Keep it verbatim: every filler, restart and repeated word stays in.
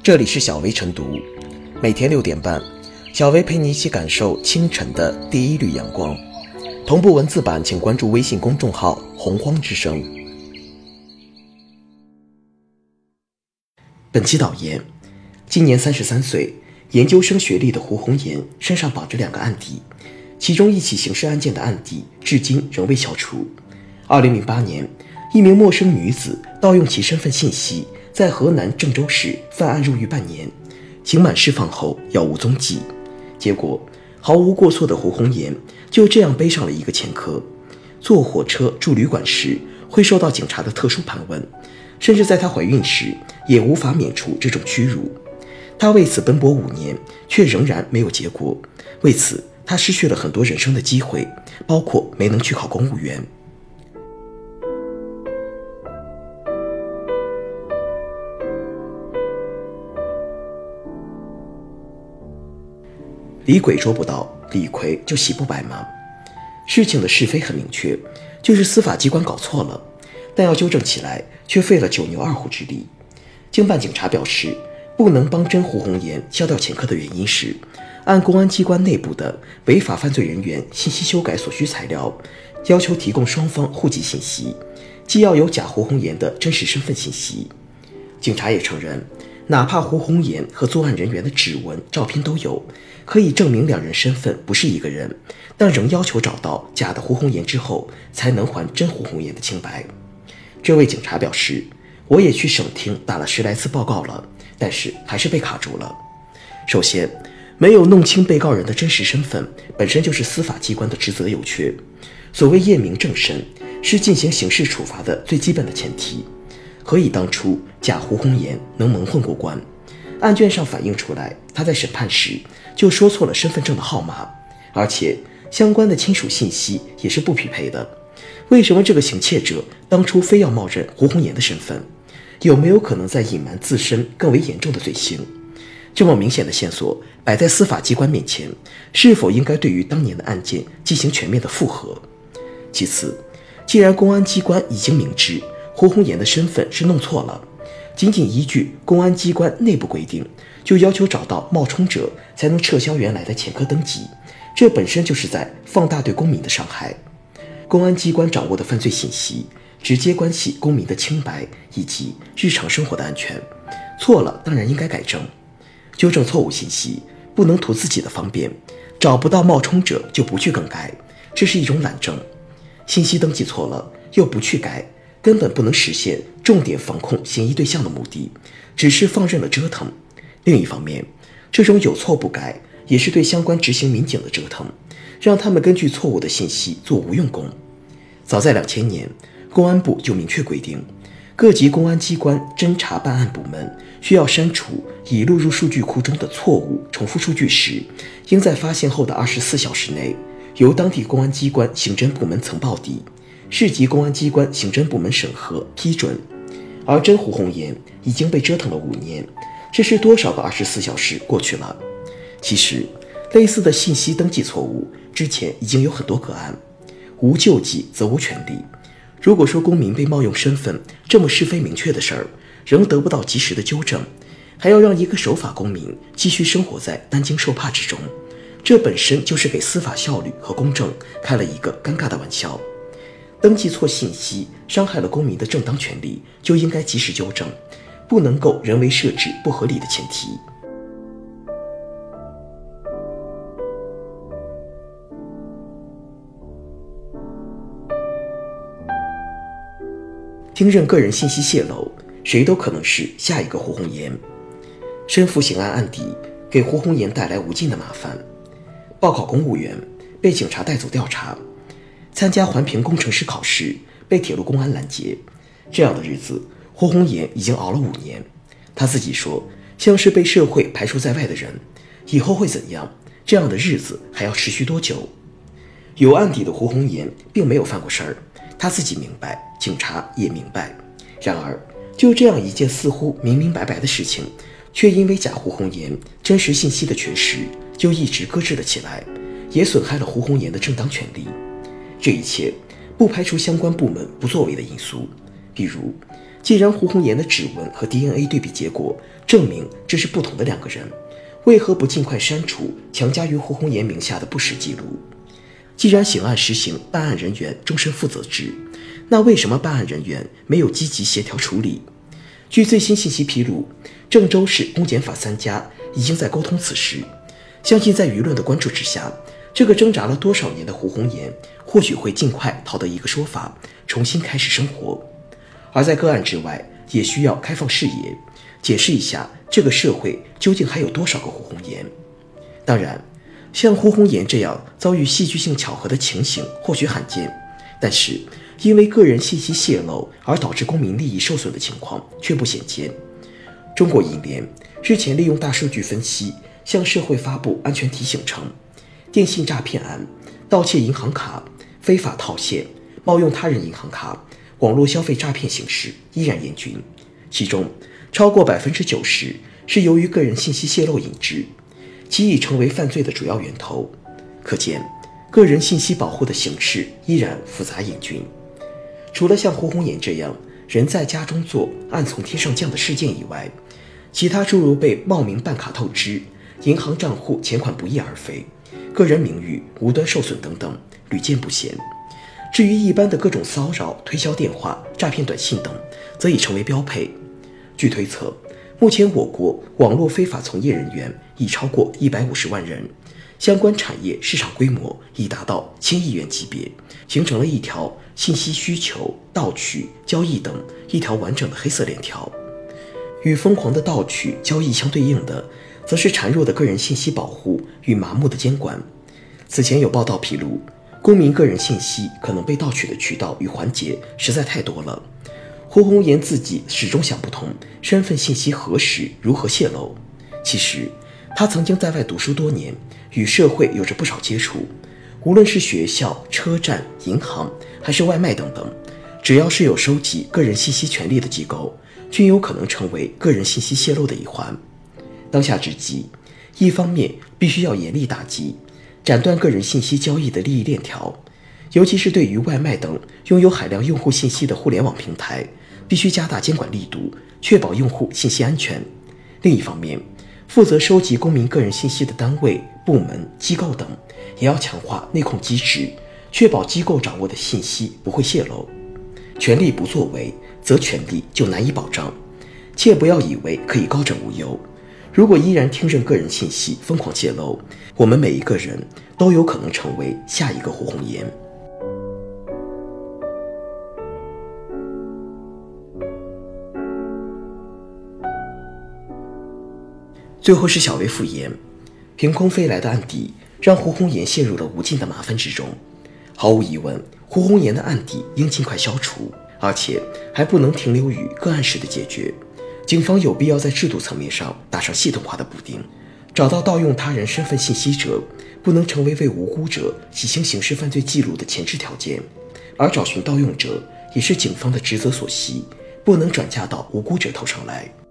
这里是小薇晨读，每天六点半，小薇陪你一起感受清晨的第一缕阳光。同步文字版请关注微信公众号洪荒之声。本期导言：今年三十三岁，研究生学历的胡红岩身上绑着两个案底，其中一起刑事案件的案底至今仍未消除。二零零八年，一名陌生女子盗用其身份信息，在河南郑州市犯案入狱半年，刑满释放后杳无踪迹。结果，毫无过错的胡红岩就这样背上了一个前科：坐火车住旅馆时会受到警察的特殊盘问，甚至在她怀孕时也无法免除这种屈辱。她为此奔波五年，却仍然没有结果。为此，她失去了很多人生的机会，包括没能去考公务员。李鬼捉不到，李逵就洗不白吗？事情的是非很明确，就是司法机关搞错了，但要纠正起来却费了九牛二虎之力。经办警察表示，不能帮真胡红岩消掉前科的原因是，按公安机关内部的违法犯罪人员信息修改所需材料，要求提供双方户籍信息，既要有假胡红岩的真实身份信息。警察也承认，哪怕胡红岩和作案人员的指纹、照片都有，可以证明两人身份不是一个人，但仍要求找到假的胡红岩之后，才能还真胡红岩的清白。这位警察表示，我也去省厅打了十来次报告了，但是还是被卡住了。首先，没有弄清被告人的真实身份，本身就是司法机关的职责有缺。所谓验明正身，是进行刑事处罚的最基本的前提。何以当初假胡红岩能蒙混过关？案卷上反映出来，他在审判时就说错了身份证的号码，而且相关的亲属信息也是不匹配的。为什么这个行窃者当初非要冒认胡红岩的身份？有没有可能在隐瞒自身更为严重的罪行？这么明显的线索摆在司法机关面前，是否应该对于当年的案件进行全面的复核？其次，既然公安机关已经明知胡红岩的身份是弄错了，仅仅依据公安机关内部规定，就要求找到冒充者才能撤销原来的前科登记，这本身就是在放大对公民的伤害。公安机关掌握的犯罪信息，直接关系公民的清白以及日常生活的安全，错了当然应该改正。纠正错误信息不能图自己的方便，找不到冒充者就不去更改，这是一种懒政。信息登记错了又不去改，根本不能实现重点防控嫌疑对象的目的，只是放任了折腾。另一方面，这种有错不改也是对相关执行民警的折腾，让他们根据错误的信息做无用功。早在两千年，公安部就明确规定，各级公安机关侦查办案部门需要删除已录入数据库中的错误重复数据时，应在发现后的二十四小时内，由当地公安机关刑侦部门曾报底，市级公安机关刑侦部门审核批准。而真胡红岩已经被折腾了五年，这是多少个二十四小时过去了？其实，类似的信息登记错误之前已经有很多个案，无救济则无权利。如果说公民被冒用身份这么是非明确的事儿，仍得不到及时的纠正，还要让一个守法公民继续生活在担惊受怕之中，这本身就是给司法效率和公正开了一个尴尬的玩笑。登记错信息伤害了公民的正当权利，就应该及时纠正，不能够人为设置不合理的前提。听任个人信息泄露，谁都可能是下一个胡红岩。身负刑案案底，给胡红岩带来无尽的麻烦。报考公务员被警察带走调查，参加环评工程师考试被铁路公安拦截，这样的日子胡红岩已经熬了五年。他自己说，像是被社会排除在外的人，以后会怎样？这样的日子还要持续多久？有案底的胡红岩并没有犯过事儿，他自己明白，警察也明白。然而，就这样一件似乎明明白白的事情，却因为假胡红岩真实信息的缺失，就一直搁置了起来，也损害了胡红岩的正当权利。这一切不排除相关部门不作为的因素，比如既然胡红岩的指纹和 D N A 对比结果证明这是不同的两个人，为何不尽快删除强加于胡红岩名下的不实记录？既然刑案实行办案人员终身负责制，那为什么办案人员没有积极协调处理？据最新信息披露，郑州市公检法三家已经在沟通此事，相信在舆论的关注之下，这个挣扎了多少年的胡红岩或许会尽快讨得一个说法，重新开始生活。而在个案之外，也需要开放视野，解释一下这个社会究竟还有多少个胡红岩。当然，像胡红岩这样遭遇戏剧性巧合的情形或许罕见，但是因为个人信息泄露而导致公民利益受损的情况却不鲜见。中国银联日前利用大数据分析向社会发布安全提醒称，电信诈骗案、盗窃银行卡、非法套现、冒用他人银行卡、网络消费诈骗形势依然严峻，其中超过 百分之九十 是由于个人信息泄露引致，其已成为犯罪的主要源头。可见个人信息保护的形势依然复杂严峻。除了像胡红岩这样人在家中坐暗从天上降的事件以外，其他诸如被冒名办卡透支、银行账户钱款不翼而飞、个人名誉无端受损等等屡见不鲜。至于一般的各种骚扰、推销电话、诈骗短信等，则已成为标配。据推测，目前我国网络非法从业人员已超过一百五十万人，相关产业市场规模已达到千亿元级别，形成了一条信息需求、盗取、交易等一条完整的黑色链条。与疯狂的盗取、交易相对应的，则是孱弱的个人信息保护与麻木的监管。此前有报道披露，公民个人信息可能被盗取的渠道与环节实在太多了。胡红岩自己始终想不通身份信息何时如何泄露。其实他曾经在外读书多年，与社会有着不少接触，无论是学校、车站、银行还是外卖等等，只要是有收集个人信息权利的机构，均有可能成为个人信息泄露的一环。当下之际，一方面必须要严厉打击，斩断个人信息交易的利益链条，尤其是对于外卖等拥有海量用户信息的互联网平台，必须加大监管力度，确保用户信息安全。另一方面，负责收集公民个人信息的单位、部门、机构等，也要强化内控机制，确保机构掌握的信息不会泄露。权力不作为，则权力就难以保障。切不要以为可以高枕无忧，如果依然听任个人信息疯狂泄露，我们每一个人都有可能成为下一个胡红岩。最后是小微复言，凭空飞来的案底让胡红岩陷入了无尽的麻烦之中。毫无疑问，胡红岩的案底应尽快消除，而且还不能停留于个案式的解决。警方有必要在制度层面上打上系统化的补丁，找到盗用他人身份信息者不能成为为无辜者洗清刑事犯罪记录的前置条件，而找寻盗用者也是警方的职责所系，不能转嫁到无辜者头上来。